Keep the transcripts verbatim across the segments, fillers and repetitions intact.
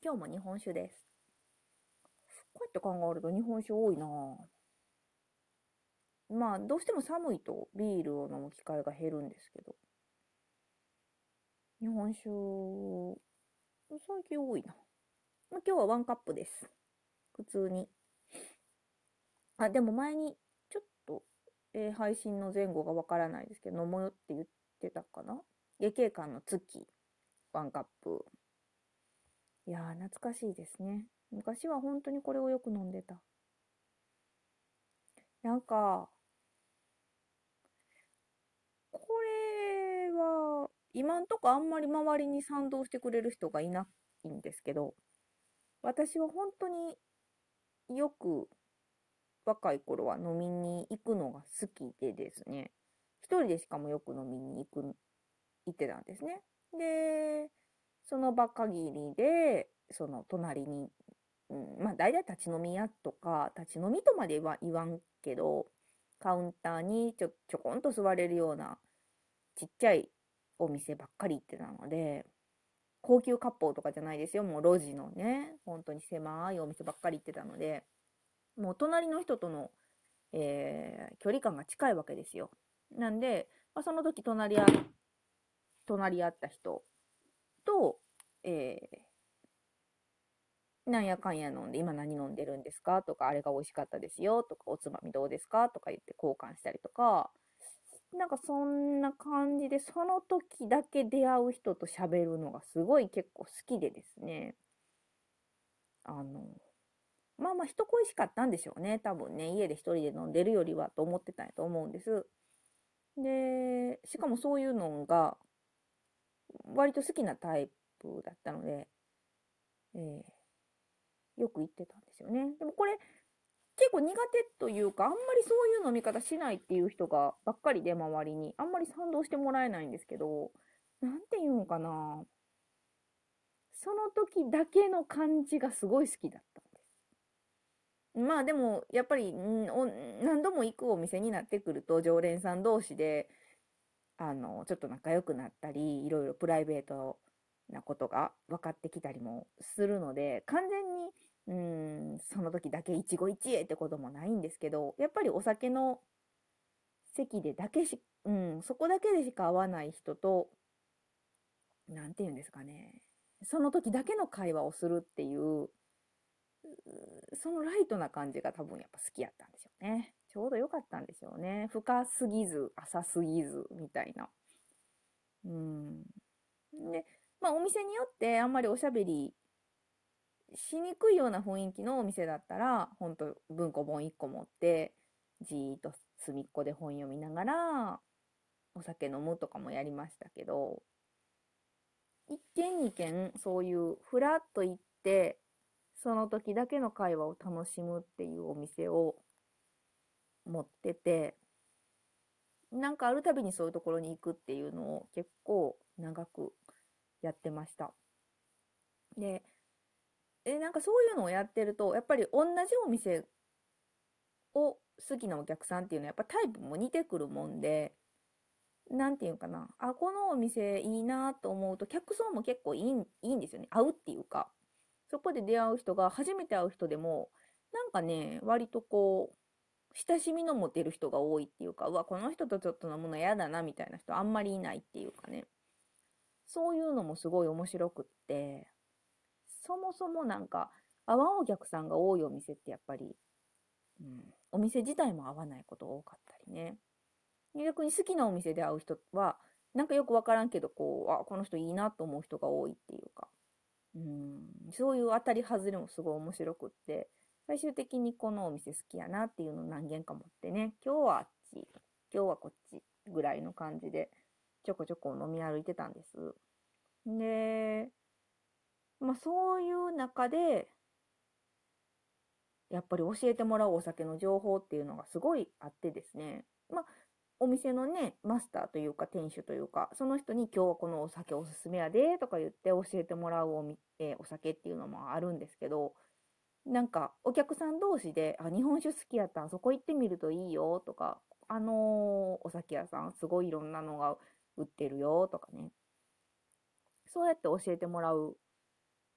今日も日本酒です。こうやって考えると日本酒多いなぁ。まあ、どうしても寒いとビールを飲む機会が減るんですけど、日本酒、最近多いな。まあ、今日はワンカップです。普通に。あ、でも前に、ちょっと、えー配信の前後がわからないですけど、飲むよって言ってたかな。月経館の月、ワンカップ。いやー、懐かしいですね。昔は本当にこれをよく飲んでた。なんか、これは、今んとこあんまり周りに賛同してくれる人がいないんですけど、私は本当によく若い頃は飲みに行くのが好きでですね、一人でしかもよく飲みに行く、行ってたんですね。で、その場限りで、その隣に、うん、まあ大体立ち飲み屋とか、立ち飲みとまでは言わんけど、カウンターにちょ、ちょこんと座れるようなちっちゃいお店ばっかり行ってたので、高級割烹とかじゃないですよ。もう路地のね、本当に狭いお店ばっかり行ってたので、もう隣の人との、えー距離感が近いわけですよ。なんで、まあ、その時隣り合、隣り合った人と、えーなんやかんや飲んで、今何飲んでるんですかとか、あれが美味しかったですよとか、おつまみどうですかとか言って交換したりとか、なんかそんな感じで、その時だけ出会う人と喋るのがすごい結構好きでですね。あの、まあまあ人恋しかったんでしょうね。多分ね、家で一人で飲んでるよりはと思ってたんやと思うんです。で、しかもそういうのが割と好きなタイプだったので、えーよく行ってたんですよね。でもこれ結構苦手というか、あんまりそういう飲み方しないっていう人がばっかりで周りに、あんまり賛同してもらえないんですけど、なんていうのかな。その時だけの感じがすごい好きだったんです。まあでも、やっぱり、んお何度も行くお店になってくると、常連さん同士で、あの、ちょっと仲良くなったり、いろいろプライベートなことが分かってきたりもするので、完全に、うん、その時だけ一期一会ってこともないんですけど、やっぱりお酒の席でだけし、うん、そこだけでしか会わない人と、なんていうんですかね、その時だけの会話をするっていう、そのライトな感じが多分やっぱ好きやったんでしょうね。ちょうど良かったんでしょうね。深すぎず、浅すぎず、みたいな。うん。で、まあお店によってあんまりおしゃべりしにくいような雰囲気のお店だったら、ほんと文庫本いっこ持って、じーっと隅っこで本読みながら、お酒飲むとかもやりましたけど、一軒二軒そういうふらっと行って、その時だけの会話を楽しむっていうお店を持ってて、なんかあるたびにそういうところに行くっていうのを結構長くやってました。で、え、なんかそういうのをやってると、やっぱり同じお店を好きなお客さんっていうのはやっぱタイプも似てくるもんで、なんていうかな、あ、このお店いいなと思うと客層も結構いいん、いいんですよね。合うっていうか。そこで出会う人が初めて会う人でも、なんかね、割とこう、親しみの持てる人が多いっていうか、うわ、この人とちょっと飲むの嫌だなみたいな人あんまりいないっていうかね。そういうのもすごい面白くって、そもそもなんか、合わんお客さんが多いお店ってやっぱり、うん、お店自体も合わないこと多かったりね。逆に好きなお店で会う人は、なんかよくわからんけど、こう、あ、この人いいなと思う人が多いっていうか、うん、そういう当たり外れもすごい面白くって、最終的にこのお店好きやなっていうのを何軒か持ってね、今日はあっち、今日はこっちぐらいの感じで、ちょこちょこ飲み歩いてたんです。で、まあそういう中で、やっぱり教えてもらうお酒の情報っていうのがすごいあってですね。まあ、お店のね、マスターというか店主というか、その人に今日はこのお酒おすすめやでとか言って教えてもらうおみ、えーお酒っていうのもあるんですけど、なんかお客さん同士で、あ、日本酒好きやったらそこ行ってみるといいよとか、あのーお酒屋さんすごいいろんなのが売ってるよとかね。そうやって教えてもらう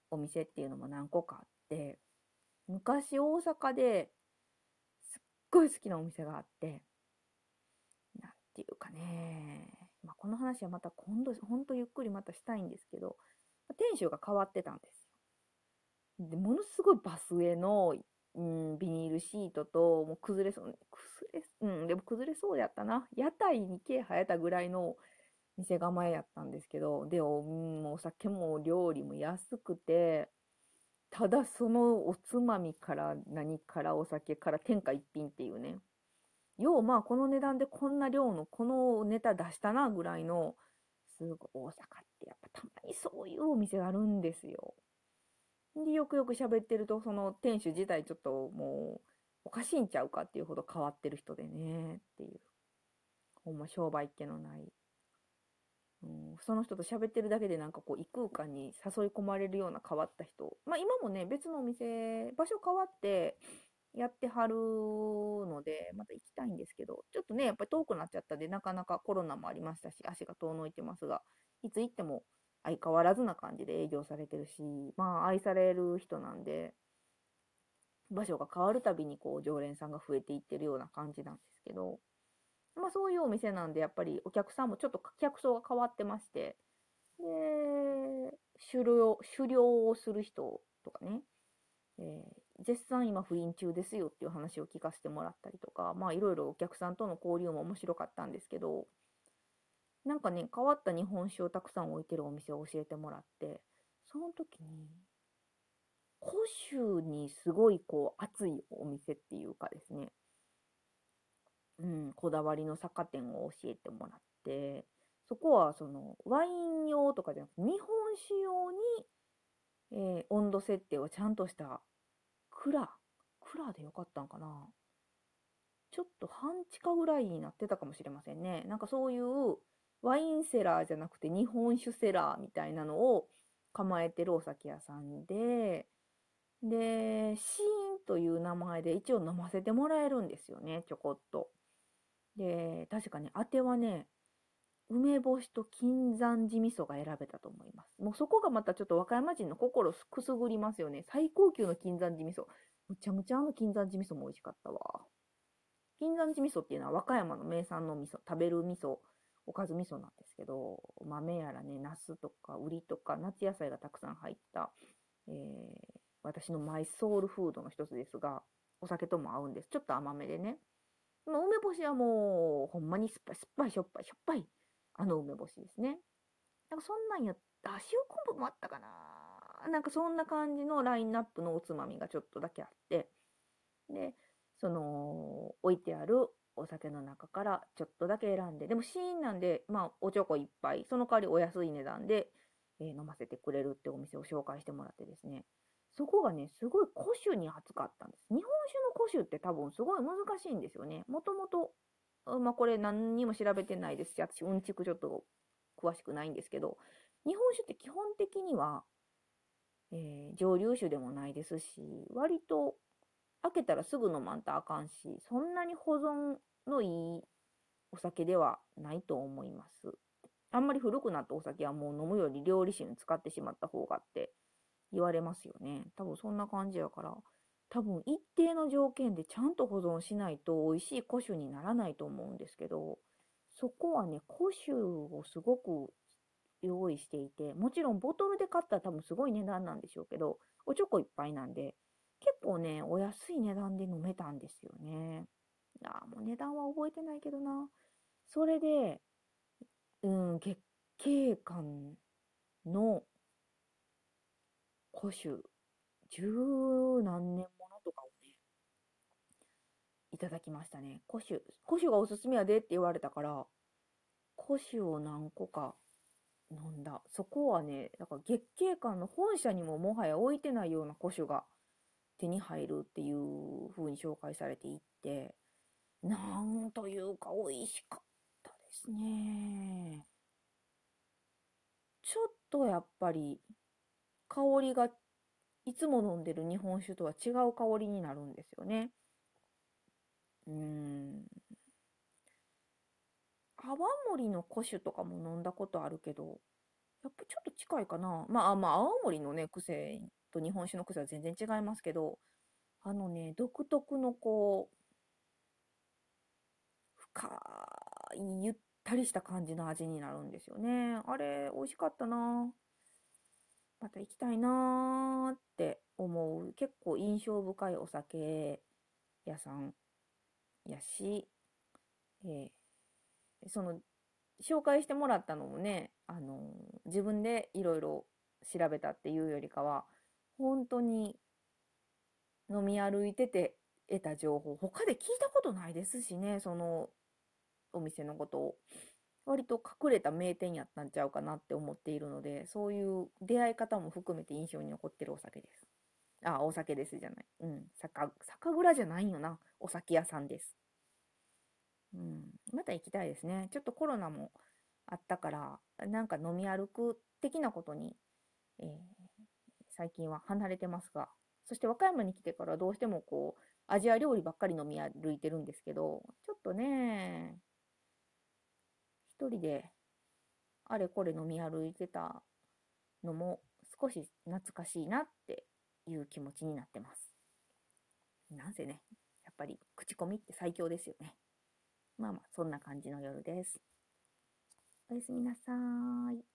お店っていうのも何個かあって、昔大阪ですっごい好きなお店があって、なんていうかね、まあ、この話はまた今度、ほんとゆっくりまたしたいんですけど、店主が変わってたんですよ。で、ものすごいバス上の、うん、ビニールシートと、もう崩れそう、崩れ、うん、でも崩れそうやったな。屋台に毛生えたぐらいの店構えやったんですけど、で、お、うん、お酒も料理も安くて、ただそのおつまみから何からお酒から天下一品っていうね。ようまあこの値段でこんな量のこのネタ出したなぐらいの、すごい大阪ってやっぱたまにそういうお店があるんですよ。で、よくよく喋ってると、その店主自体ちょっともうおかしいんちゃうかっていうほど変わってる人でねっていう。ほんま商売っ気のない。うん、その人と喋ってるだけでなんかこう異空間に誘い込まれるような変わった人。まあ今もね、別のお店、場所変わってやってはるので、また行きたいんですけど、ちょっとね、やっぱり遠くなっちゃったんで、なかなかコロナもありましたし、足が遠のいてますが、いつ行っても相変わらずな感じで営業されてるし、まあ愛される人なんで、場所が変わるたびにこう常連さんが増えていってるような感じなんですけど、まあそういうお店なんで、やっぱりお客さんもちょっと客層が変わってまして、で、狩猟、狩猟をする人とかね、えー絶賛今不倫中ですよっていう話を聞かせてもらったりとか、まあいろいろお客さんとの交流も面白かったんですけど、なんかね、変わった日本酒をたくさん置いてるお店を教えてもらって、その時に、古酒にすごいこう熱いお店っていうかですね、うん、こだわりの酒店を教えてもらって、そこはそのワイン用とかじゃなくて、日本酒用に、えー温度設定をちゃんとしたクラ、クラでよかったんかな。ちょっと半地下ぐらいになってたかもしれませんね。なんかそういうワインセラーじゃなくて日本酒セラーみたいなのを構えてるお酒屋さんで、で、シーンという名前で一応飲ませてもらえるんですよね、ちょこっと。で、確かね、あてはね、梅干しと金山寺味噌が選べたと思います。もうそこがまたちょっと和歌山人の心をくすぐりますよね。最高級の金山寺味噌。むちゃむちゃあの金山寺味噌も美味しかったわ。金山寺味噌っていうのは和歌山の名産の味噌、食べる味噌、おかず味噌なんですけど、豆やらね、ナスとかウリとか夏野菜がたくさん入った、えー私のマイソウルフードの一つですが、お酒とも合うんです。ちょっと甘めでね。まあ、梅干しはもう、ほんまに酸っぱい、酸っぱい、しょっぱい、しょっぱい、あの梅干しですね。なんかそんなんやった、塩昆布もあったかな。なんかそんな感じのラインナップのおつまみがちょっとだけあって、で、その、置いてあるお酒の中からちょっとだけ選んで、でもシーンなんで、まあ、おちょこ一杯、その代わりお安い値段で、えー飲ませてくれるってお店を紹介してもらってですね、そこがね、すごい古酒に熱かったんです。日本酒の古酒って多分すごい難しいんですよね。もともと、まあこれ何にも調べてないですし、私うんちくちょっと詳しくないんですけど、日本酒って基本的には、えー蒸留酒でもないですし、割と開けたらすぐ飲まんとあかんし、そんなに保存のいいお酒ではないと思います。あんまり古くなったお酒はもう飲むより料理酒に使ってしまった方がって言われますよね。多分そんな感じやから、多分一定の条件でちゃんと保存しないと美味しい古酒にならないと思うんですけど、そこはね、古酒をすごく用意していて、もちろんボトルで買ったら多分すごい値段なんでしょうけど、おちょこいっぱいなんで、結構ね、お安い値段で飲めたんですよね。あーもう値段は覚えてないけどな。それで、うん、月桂冠の古酒、十何年ものとかをね、いただきましたね。古酒、古酒がおすすめやでって言われたから、古酒を何個か飲んだ。そこはね、だから月桂冠の本社にももはや置いてないような古酒が手に入るっていう風に紹介されていって、なんというか美味しかったですね。ちょっとやっぱり香りがいつも飲んでる日本酒とは違う香りになるんですよね。うーん。泡盛の古酒とかも飲んだことあるけど、 やっぱちょっと近いかな。まあ、あまあ、青森のね、癖と日本酒の癖は全然違いますけど、あのね、独特のこう、深い、ゆったりした感じの味になるんですよね。あれ、美味しかったな。また行きたいなーって思う。結構印象深いお酒屋さんやし、えーその、紹介してもらったのもね、あのー自分でいろいろ調べたっていうよりかは、本当に飲み歩いてて得た情報、他で聞いたことないですしね、そのお店のことを。割と隠れた名店やったんちゃうかなって思っているので、そういう出会い方も含めて印象に残ってるお酒です。あ、お酒ですじゃない。うん。酒、酒蔵じゃないよな。お酒屋さんです。うん。また行きたいですね。ちょっとコロナもあったから、なんか飲み歩く的なことに、えー最近は離れてますが、そして和歌山に来てからどうしてもこう、アジア料理ばっかり飲み歩いてるんですけど、ちょっとね、一人であれこれ飲み歩いてたのも少し懐かしいなっていう気持ちになってます。なんせね、やっぱり口コミって最強ですよね。まあまあ、そんな感じの夜です。おやすみなさーい。